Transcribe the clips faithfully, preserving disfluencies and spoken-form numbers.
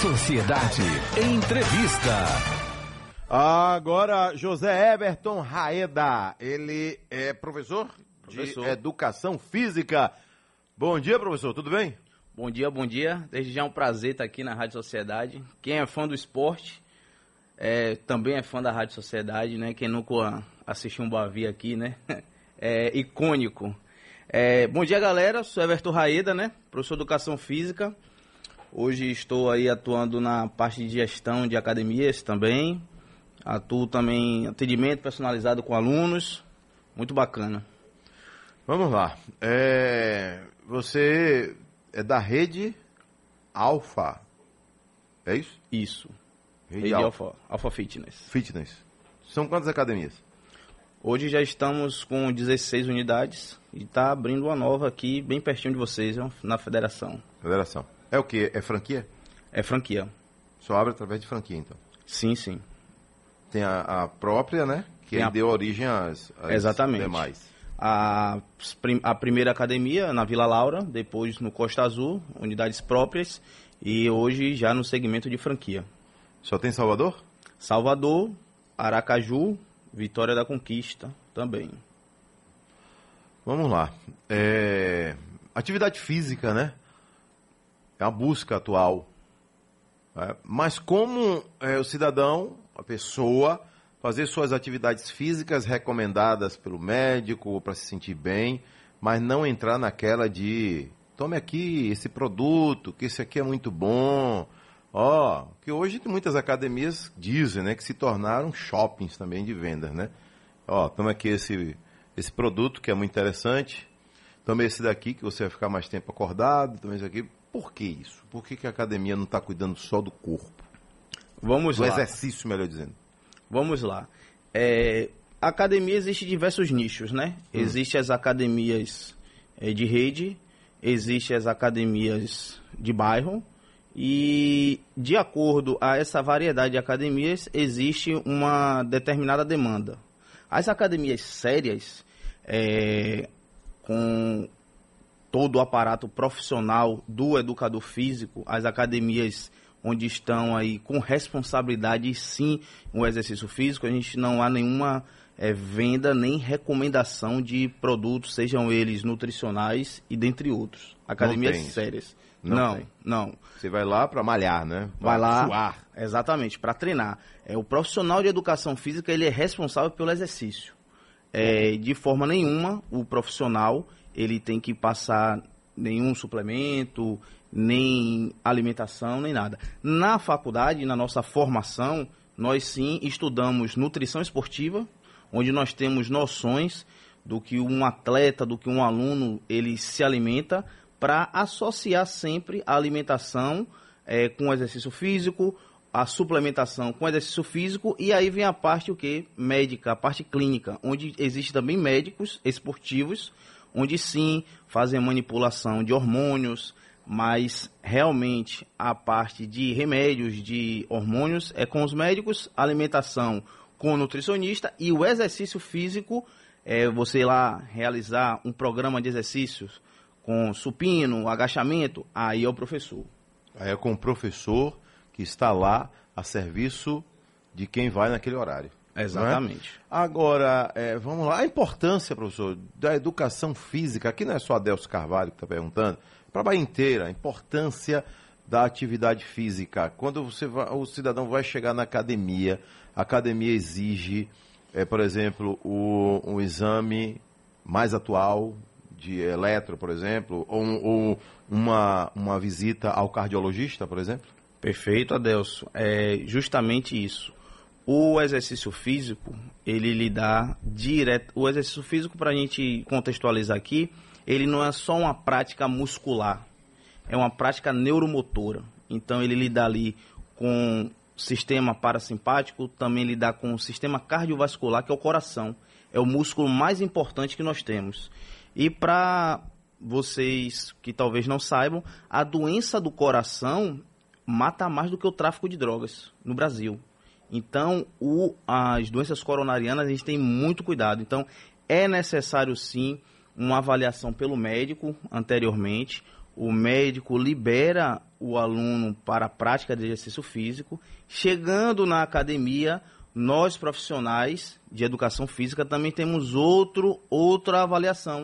Sociedade Entrevista. Agora, José Everton Raeda, ele é professor, professor de Educação Física. Bom dia, professor, tudo bem? Bom dia, bom dia. Desde já é um prazer estar aqui na Rádio Sociedade. Quem é fã do esporte é, também é fã da Rádio Sociedade, né? Quem nunca assistiu um Bavi aqui, né? É icônico. É, bom dia, galera. Sou Everton Raeda, né? Professor de Educação Física. Hoje estou aí atuando na parte de gestão de academias também. Atuo também em atendimento personalizado com alunos. Muito bacana. Vamos lá. É, você é da Rede Alfa, é isso? Isso. Rede, Rede Alfa. Alfa, Alfa Fitness. Fitness. São quantas academias? Hoje já estamos com dezesseis unidades e está abrindo uma nova aqui, bem pertinho de vocês, na federação. Federação. É o quê? É franquia? É franquia. Só abre através de franquia, então? Sim, sim. Tem a, a própria, né? Que aí a... deu origem às, às Exatamente. demais. A, a primeira academia na Vila Laura, depois no Costa Azul, unidades próprias, e hoje já no segmento de franquia. Só tem Salvador? Salvador, Aracaju, Vitória da Conquista também. Vamos lá. É... Atividade física, né? É uma busca atual. É, mas como é, o cidadão, a pessoa, fazer suas atividades físicas recomendadas pelo médico para se sentir bem, mas não entrar naquela de tome aqui esse produto, que esse aqui é muito bom. Ó, que hoje muitas academias dizem, né, que se tornaram shoppings também de vendas, né? Ó, toma aqui esse, esse produto que é muito interessante, tome esse daqui que você vai ficar mais tempo acordado, tome esse aqui. Por que isso? Por que, que a academia não está cuidando só do corpo? Vamos do lá. Do exercício, melhor dizendo. Vamos lá. É, a academia existe diversos nichos, né? Hum. Existem as academias é, de rede, existem as academias de bairro e, de acordo a essa variedade de academias, existe uma determinada demanda. As academias sérias, é, com todo o aparato profissional do educador físico, as academias onde estão aí com responsabilidade, sim, o exercício físico, a gente não há nenhuma é, venda nem recomendação de produtos, sejam eles nutricionais e dentre outros. Academias sérias. Não, não, tem. não. Você vai lá para malhar, né? Pra vai lá, suar. Exatamente, para treinar. É, o profissional de educação física, ele é responsável pelo exercício. É, de forma nenhuma, o profissional ele tem que passar nenhum suplemento, nem alimentação, nem nada. Na faculdade, na nossa formação, nós sim estudamos nutrição esportiva, onde nós temos noções do que um atleta, do que um aluno, ele se alimenta, para associar sempre a alimentação é, com o exercício físico, a suplementação com exercício físico, e aí vem a parte o quê? Médica, a parte clínica, onde existe também médicos esportivos, onde sim fazem manipulação de hormônios, mas realmente a parte de remédios, de hormônios, é com os médicos, alimentação com o nutricionista, e o exercício físico, é você ir lá realizar um programa de exercícios com supino, agachamento, aí é o professor. Aí é com o professor que está lá a serviço de quem vai naquele horário. Exatamente. É? Agora, é, vamos lá, a importância, professor, da educação física, aqui não é só Adelso Carvalho que está perguntando, para a Bahia inteira, a importância da atividade física. Quando você vai, o cidadão vai chegar na academia, a academia exige, é, por exemplo, o, um exame mais atual de eletro, por exemplo, ou, ou uma, uma visita ao cardiologista, por exemplo? Perfeito, Adelso. É justamente isso. O exercício físico, ele lhe dá direto... O exercício físico, para a gente contextualizar aqui, ele não é só uma prática muscular, é uma prática neuromotora. Então, ele lida ali com o sistema parasimpático, também lida com o sistema cardiovascular, que é o coração. É o músculo mais importante que nós temos. E para vocês que talvez não saibam, a doença do coração mata mais do que o tráfico de drogas no Brasil. Então, o, as doenças coronarianas, a gente tem muito cuidado. Então, é necessário, sim, uma avaliação pelo médico anteriormente. O médico libera o aluno para a prática de exercício físico. Chegando na academia, nós profissionais de educação física também temos outro, outra avaliação,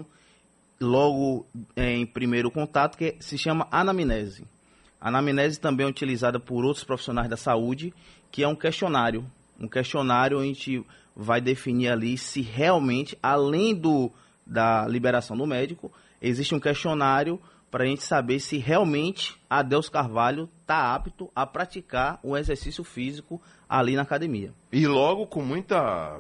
logo em primeiro contato, que se chama anamnese. A anamnese também é utilizada por outros profissionais da saúde, que é um questionário. Um questionário onde a gente vai definir ali se realmente, além do, da liberação do médico, existe um questionário para a gente saber se realmente Adelso Carvalho está apto a praticar o exercício físico ali na academia. E logo com muita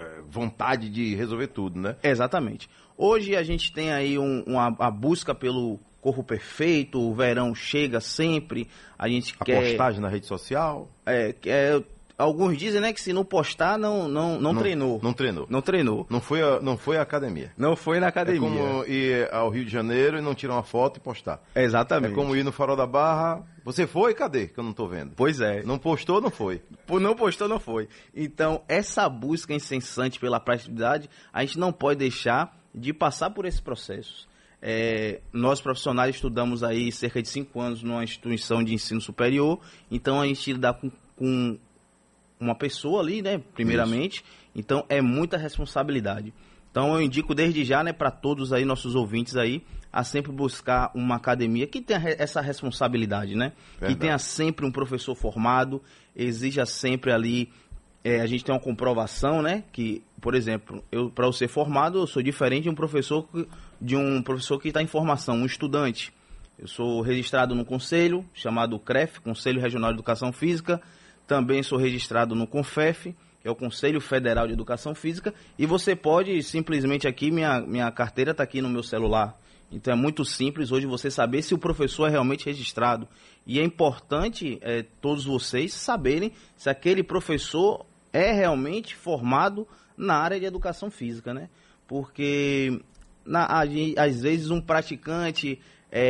vontade de resolver tudo, né? Exatamente. Hoje a gente tem aí um, uma a busca pelo corpo perfeito, o verão chega sempre, a gente a quer... A postagem na rede social? É, é, alguns dizem, né, que se não postar, não, não, não, não treinou. Não treinou. Não treinou. Não foi a, não foi a academia. Não foi na academia. É como ir ao Rio de Janeiro e não tirar uma foto e postar. Exatamente. É como ir no Farol da Barra, você foi, cadê? Que eu não tô vendo. Pois é. Não postou, não foi. Não postou, não foi. Então, essa busca incessante pela praticidade, a gente não pode deixar de passar por esses processos. É, nós profissionais estudamos aí cerca de cinco anos numa instituição de ensino superior, então a gente lida com, com uma pessoa ali, né, primeiramente, Isso. Então é muita responsabilidade. Então eu indico desde já, né, para todos aí, nossos ouvintes aí, a sempre buscar uma academia que tenha essa responsabilidade, né, Verdade. Que tenha sempre um professor formado, exija sempre ali, é, a gente tem uma comprovação, né, que, por exemplo, eu para eu ser formado, eu sou diferente de um professor que, de um professor que está em formação, um estudante. Eu sou registrado no conselho, chamado C R E F, Conselho Regional de Educação Física. Também sou registrado no CONFEF, que é o Conselho Federal de Educação Física. E você pode, simplesmente aqui, minha, minha carteira está aqui no meu celular. Então é muito simples hoje você saber se o professor é realmente registrado. E é importante é, todos vocês saberem se aquele professor é realmente formado na área de educação física, né? Porque... Na, às vezes um praticante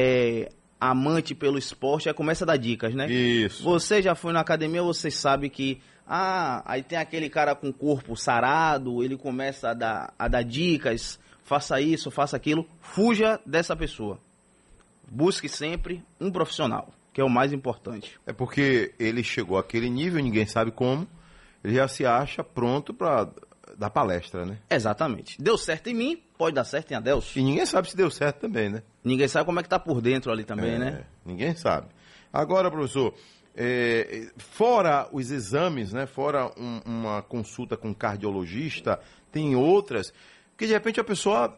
é, amante pelo esporte já começa a dar dicas, né? Isso. Você já foi na academia, você sabe que ah, aí tem aquele cara com corpo sarado, ele começa a dar, a dar dicas, faça isso, faça aquilo. Fuja dessa pessoa. Busque sempre um profissional, que é o mais importante. É porque ele chegou àquele nível, ninguém sabe como, ele já se acha pronto para dar palestra, né? Exatamente. Deu certo em mim, pode dar certo em Adelso. E ninguém sabe se deu certo também, né? Ninguém sabe como é que tá por dentro ali também, é, né? Ninguém sabe. Agora, professor, é, fora os exames, né? Fora um, uma consulta com cardiologista, tem outras que de repente a pessoa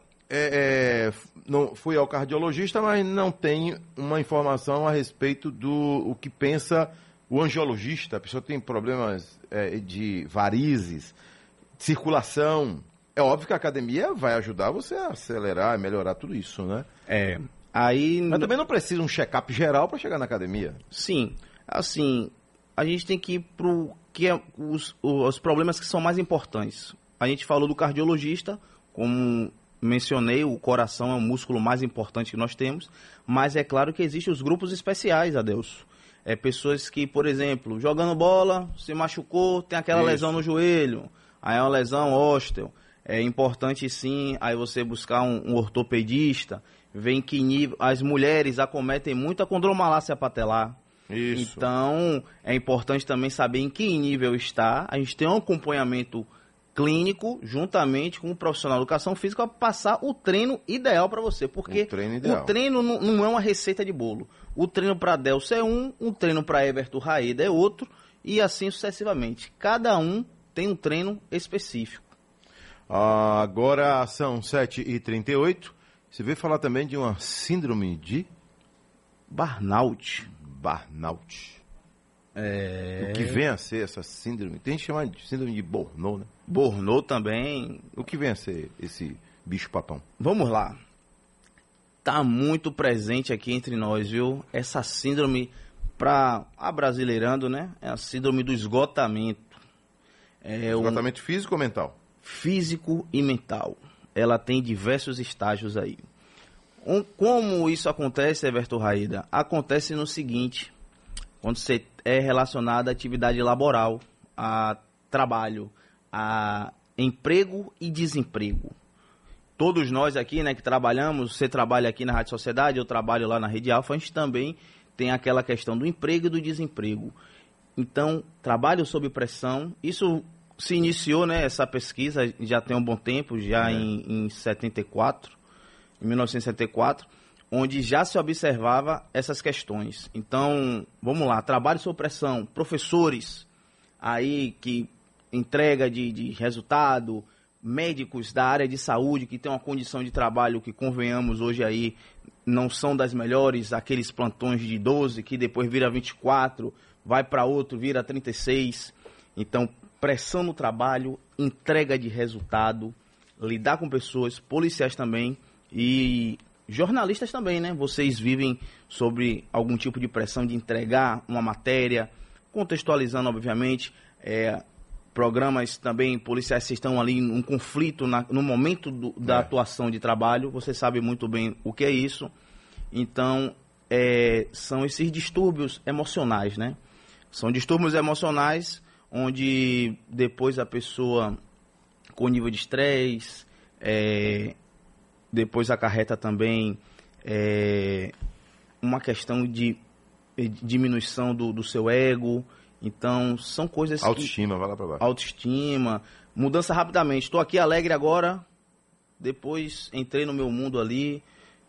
é, é, não foi ao cardiologista, mas não tem uma informação a respeito do o que pensa o angiologista. A pessoa tem problemas é, de varizes, circulação. É óbvio que a academia vai ajudar você a acelerar e melhorar tudo isso, né? É. Aí... Mas também não precisa um check-up geral para chegar na academia. Sim. Assim, a gente tem que ir para que é os, os problemas que são mais importantes. A gente falou do cardiologista, como mencionei, o coração é o músculo mais importante que nós temos, mas é claro que existem os grupos especiais, Adelso. É pessoas que, por exemplo, jogando bola, se machucou, tem aquela isso. lesão no joelho. Aí é uma lesão ósteo, é importante sim, aí você buscar um, um ortopedista, ver em que nível, as mulheres acometem muito a condromalácia patelar. Isso. Então, é importante também saber em que nível está, a gente tem um acompanhamento clínico, juntamente com o profissional de educação física, para passar o treino ideal para você, porque o treino, ideal. o treino não, não é uma receita de bolo. O treino para Adelso é um, um treino para Everton Raeda é outro, e assim sucessivamente. Cada um tem um treino específico. Ah, agora são sete e trinta e oito. Você veio falar também de uma síndrome de... Burnout. Burnout. É... O que vem a ser essa síndrome? Tem que chamar de síndrome de Burnout, né? Burnout também. O que vem a ser esse bicho-papão? Vamos lá. Tá muito presente aqui entre nós, viu? Essa síndrome, para abrasileirando, né? É a síndrome do esgotamento. É esgotamento um... físico ou mental? Físico e mental. Ela tem diversos estágios aí. Um, como isso acontece, Everton Raeda? Acontece no seguinte, quando você é relacionado à atividade laboral, a trabalho, a emprego e desemprego. Todos nós aqui, né, que trabalhamos, você trabalha aqui na Rádio Sociedade, eu trabalho lá na Rede Alfa, a gente também tem aquela questão do emprego e do desemprego. Então, trabalho sob pressão, isso se iniciou, né, essa pesquisa já tem um bom tempo, já é. em, em setenta e quatro, em mil novecentos e setenta e quatro, onde já se observava essas questões. Então, vamos lá, trabalho sob pressão, professores aí que entrega de, de resultado, médicos da área de saúde que têm uma condição de trabalho que, convenhamos, hoje aí não são das melhores, aqueles plantões de doze que depois vira vinte e quatro, vai para outro, vira trinta e seis. Então, pressão no trabalho, entrega de resultado, lidar com pessoas, policiais também e jornalistas também, né? Vocês vivem sobre algum tipo de pressão de entregar uma matéria, contextualizando, obviamente, é, programas também policiais que estão ali num conflito na, no momento do, da é. atuação de trabalho, você sabe muito bem o que é isso. Então, é, são esses distúrbios emocionais, né? São distúrbios emocionais onde depois a pessoa com nível de estresse, é, depois acarreta também é, uma questão de, de diminuição do, do seu ego. Então, são coisas autoestima, que... vai lá pra baixo. Autoestima, mudança rapidamente. Estou aqui alegre agora, depois entrei no meu mundo ali,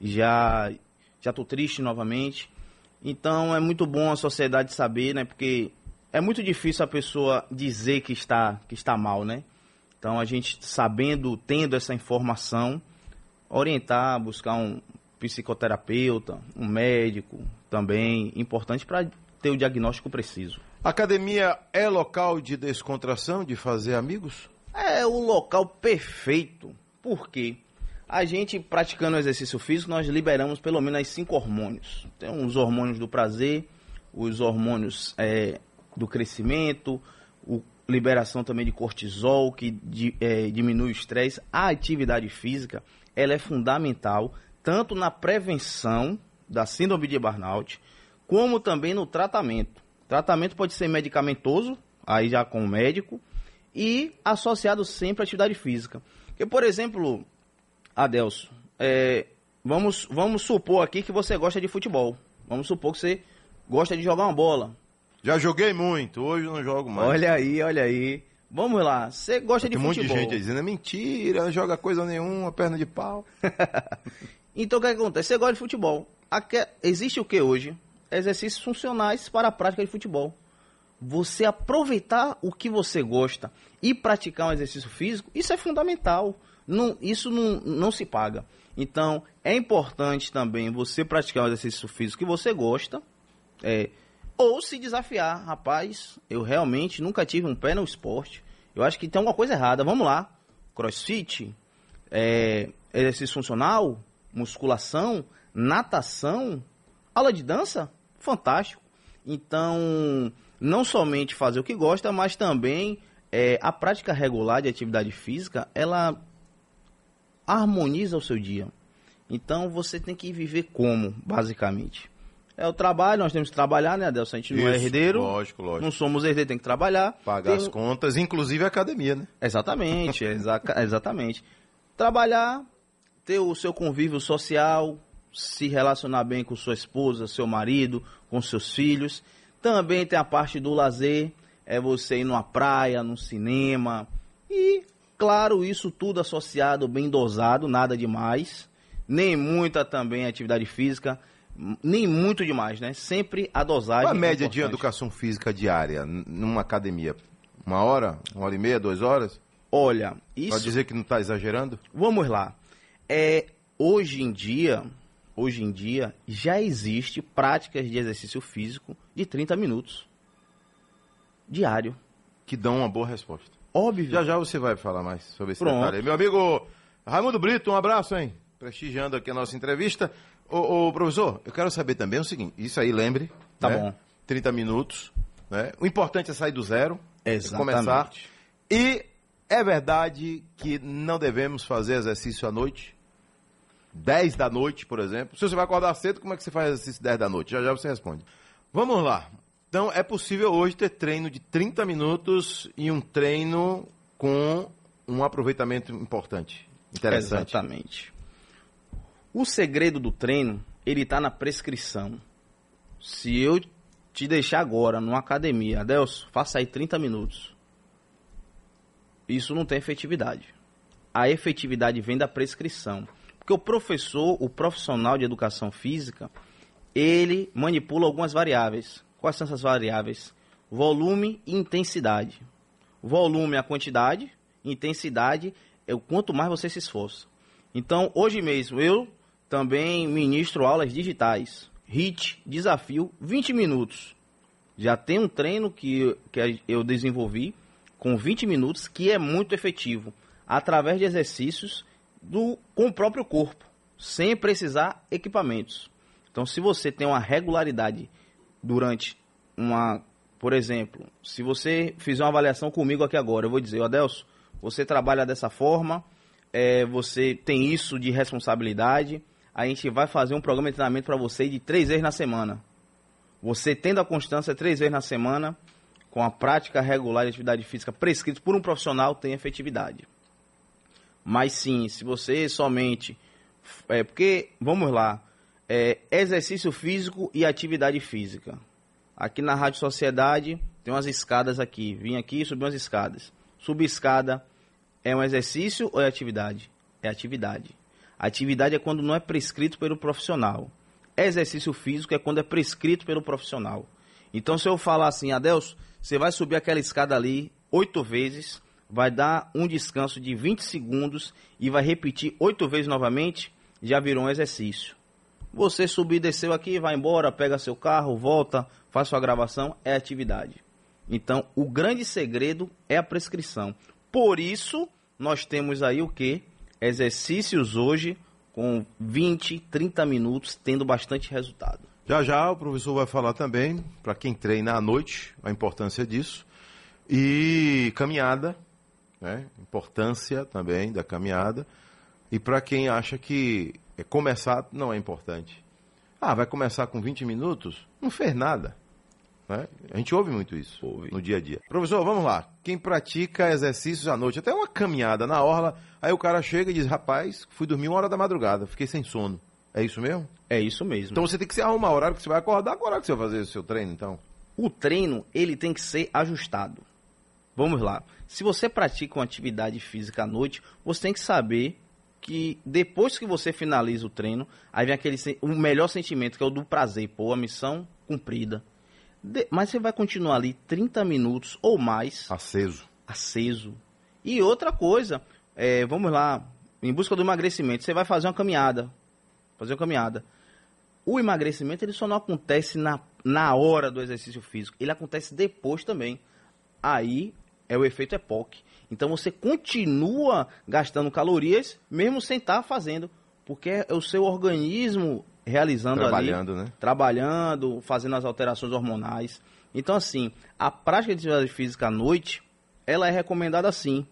já já estou triste novamente. Então, é muito bom a sociedade saber, né? Porque é muito difícil a pessoa dizer que está, que está mal, né? Então, a gente sabendo, tendo essa informação, orientar, buscar um psicoterapeuta, um médico também, importante para ter o diagnóstico preciso. Academia é local de descontração, de fazer amigos? É o local perfeito. Por quê? A gente, praticando exercício físico, nós liberamos pelo menos cinco hormônios. Tem os hormônios do prazer, os hormônios é, do crescimento, o, liberação também de cortisol, que di, é, diminui o estresse. A atividade física, ela é fundamental, tanto na prevenção da síndrome de burnout, como também no tratamento. Tratamento pode ser medicamentoso, aí já com o médico, e associado sempre à atividade física. Porque, por exemplo, Adelso, é, vamos, vamos supor aqui que você gosta de futebol. Vamos supor que você gosta de jogar uma bola. Já joguei muito, hoje não jogo mais. Olha aí, olha aí. Vamos lá, você gosta de futebol. Tem um monte de gente dizendo, é mentira, não joga coisa nenhuma, perna de pau. Então, o que acontece? Você gosta de futebol. Aqui, existe o que hoje? Exercícios funcionais para a prática de futebol. Você aproveitar o que você gosta e praticar um exercício físico, isso é fundamental. Não, isso não, não se paga. Então, é importante também você praticar um exercício físico que você gosta, é, ou se desafiar. Rapaz, eu realmente nunca tive um pé no esporte. Eu acho que tem alguma coisa errada. Vamos lá. Crossfit, é, exercício funcional, musculação, natação, aula de dança, fantástico. Então, não somente fazer o que gosta, mas também é, a prática regular de atividade física, ela harmoniza o seu dia. Então, você tem que viver como, basicamente? É o trabalho, nós temos que trabalhar, né, Adelson? A gente não Isso, é herdeiro. Lógico, lógico. Não somos herdeiros, tem que trabalhar. Pagar tem... as contas, inclusive a academia, né? Exatamente, exa exatamente. Trabalhar, ter o seu convívio social, se relacionar bem com sua esposa, seu marido, com seus filhos. Também tem a parte do lazer, é você ir numa praia, num cinema. E, claro, isso tudo associado, bem dosado, nada demais. Nem muita também atividade física, nem muito demais, né? Sempre a dosagem. Qual a média é de educação física diária numa academia? Uma hora? Uma hora e meia? Duas horas? Olha, isso... Pode dizer que não está exagerando? Vamos lá. É, hoje em dia, hoje em dia, já existe práticas de exercício físico de trinta minutos. Diário. Que dão uma boa resposta. Óbvio. Já já você vai falar mais sobre esse Pronto. detalhe. Meu amigo Raimundo Brito, um abraço, hein? Prestigiando aqui a nossa entrevista. Ô, ô, professor, eu quero saber também o seguinte, isso aí, lembre, tá né? bom. trinta minutos, né? O importante é sair do zero, Exatamente. começar. E é verdade que não devemos fazer exercício à noite? dez da noite, por exemplo. Se você vai acordar cedo, como é que você faz exercício dez da noite? Já já você responde. Vamos lá. Então, é possível hoje ter treino de trinta minutos e um treino com um aproveitamento importante, interessante. Exatamente. O segredo do treino, ele está na prescrição. Se eu te deixar agora numa academia, Adelson, faça aí trinta minutos. Isso não tem efetividade. A efetividade vem da prescrição. Porque o professor, o profissional de educação física, ele manipula algumas variáveis. Quais são essas variáveis? Volume e intensidade. Volume é a quantidade, intensidade é o quanto mais você se esforça. Então, hoje mesmo, eu também ministro aulas digitais. H I T, desafio, vinte minutos. Já tem um treino que, que eu desenvolvi com vinte minutos, que é muito efetivo, através de exercícios do, com o próprio corpo, sem precisar equipamentos. Então, se você tem uma regularidade durante uma, por exemplo, se você fizer uma avaliação comigo aqui agora, eu vou dizer, Adelson, você trabalha dessa forma, é, você tem isso de responsabilidade, a gente vai fazer um programa de treinamento para você de três vezes na semana. Você tendo a constância três vezes na semana, com a prática regular de atividade física prescrita por um profissional, tem efetividade. Mas sim, se você somente... É, porque, vamos lá, é, exercício físico e atividade física. Aqui na Rádio Sociedade tem umas escadas aqui. Vim aqui e subi umas escadas. Subir escada é um exercício ou é atividade? É atividade. Atividade é quando não é prescrito pelo profissional. Exercício físico é quando é prescrito pelo profissional. Então, se eu falar assim, Adelson, você vai subir aquela escada ali oito vezes, vai dar um descanso de vinte segundos e vai repetir oito vezes novamente, já virou um exercício. Você subir, desceu aqui, vai embora, pega seu carro, volta, faz sua gravação, é atividade. Então, o grande segredo é a prescrição. Por isso, nós temos aí o quê? Exercícios hoje com vinte, trinta minutos, tendo bastante resultado. Já já o professor vai falar também, para quem treina à noite, a importância disso. E caminhada, né? Importância também da caminhada. E para quem acha que começar não é importante. Ah, vai começar com vinte minutos? Não fez nada. Né? A gente ouve muito isso ouve. no dia a dia. Professor, vamos lá. Quem pratica exercícios à noite, até uma caminhada na orla, aí o cara chega e diz, rapaz, fui dormir uma hora da madrugada, fiquei sem sono. É isso mesmo? É isso mesmo. Então você tem que se arrumar o horário que você vai acordar, agora que você vai fazer o seu treino, então. O treino, ele tem que ser ajustado. Vamos lá. Se você pratica uma atividade física à noite, você tem que saber que depois que você finaliza o treino, aí vem aquele o melhor sentimento, que é o do prazer. Pô, a missão cumprida. De, mas você vai continuar ali trinta minutos ou mais. Aceso. Aceso. E outra coisa, é, vamos lá, em busca do emagrecimento, você vai fazer uma caminhada. Fazer uma caminhada. O emagrecimento ele só não acontece na, na hora do exercício físico, ele acontece depois também. Aí é o efeito E P O C. Então você continua gastando calorias mesmo sem estar fazendo, porque é o seu organismo realizando trabalhando, ali, né? Trabalhando, fazendo as alterações hormonais. Então assim, a prática de atividade física à noite, ela é recomendada sim.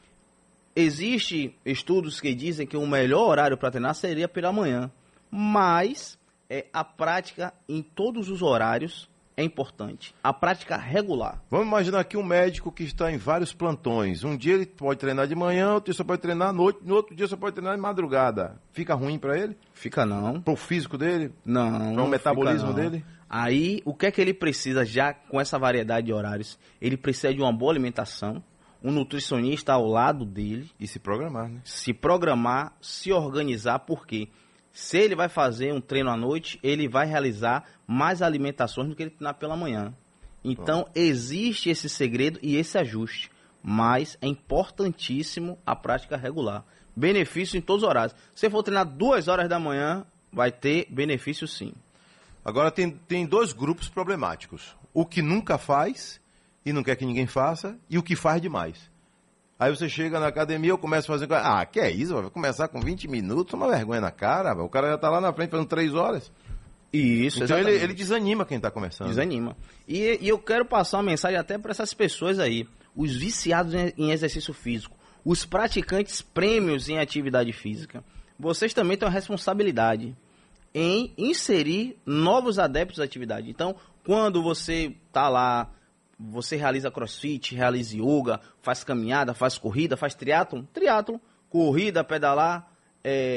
Existem estudos que dizem que o melhor horário para treinar seria pela manhã, mas é, a prática em todos os horários é importante. A prática regular. Vamos imaginar aqui um médico que está em vários plantões. Um dia ele pode treinar de manhã, outro dia só pode treinar à noite, no outro dia só pode treinar de madrugada. Fica ruim para ele? Fica não. Para o físico dele? Não. Para o metabolismo não. dele? Aí, o que é que ele precisa já com essa variedade de horários? Ele precisa de uma boa alimentação, um nutricionista ao lado dele. E se programar, né? Se programar, se organizar, por quê? Se ele vai fazer um treino à noite, ele vai realizar mais alimentações do que ele treinar pela manhã. Então, Bom. existe esse segredo e esse ajuste. Mas é importantíssimo a prática regular. Benefício em todos os horários. Se for treinar duas horas da manhã, vai ter benefício sim. Agora, tem, tem dois grupos problemáticos. O que nunca faz e não quer que ninguém faça, e o que faz demais. Aí você chega na academia, eu começo a fazer... Ah, que é isso? Vai começar com vinte minutos, uma vergonha na cara. O cara já está lá na frente fazendo três horas. Isso, então ele, ele desanima quem está começando. Desanima. E, e eu quero passar uma mensagem até para essas pessoas aí. Os viciados em, em exercício físico. Os praticantes prêmios em atividade física. Vocês também têm uma responsabilidade em inserir novos adeptos à atividade. Então, quando você está lá... Você realiza crossfit, realiza yoga, faz caminhada, faz corrida, faz triatlon. Triatlon, corrida, pedalar, é,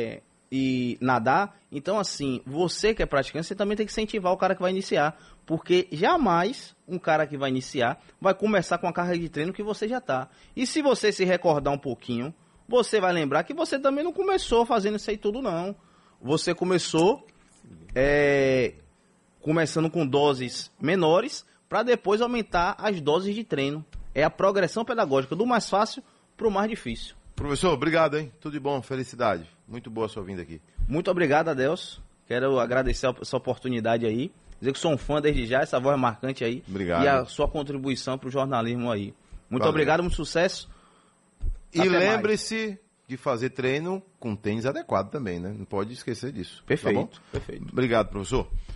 e nadar. Então, assim, você que é praticante, você também tem que incentivar o cara que vai iniciar. Porque jamais um cara que vai iniciar vai começar com a carga de treino que você já tá. E se você se recordar um pouquinho, você vai lembrar que você também não começou fazendo isso aí tudo, não. Você começou é, começando com doses menores para depois aumentar as doses de treino. É a progressão pedagógica do mais fácil para o mais difícil. Professor, obrigado, hein? Tudo de bom, felicidade. Muito boa a sua vinda aqui. Muito obrigado, Adelso. Quero agradecer essa oportunidade aí. Dizer que sou um fã desde já, essa voz marcante aí. Obrigado. E a sua contribuição para o jornalismo aí. Muito Valeu. obrigado, muito sucesso. E Até lembre-se mais. de fazer treino com tênis adequado também, né? Não pode esquecer disso. Perfeito, Tá bom? perfeito. Obrigado, professor.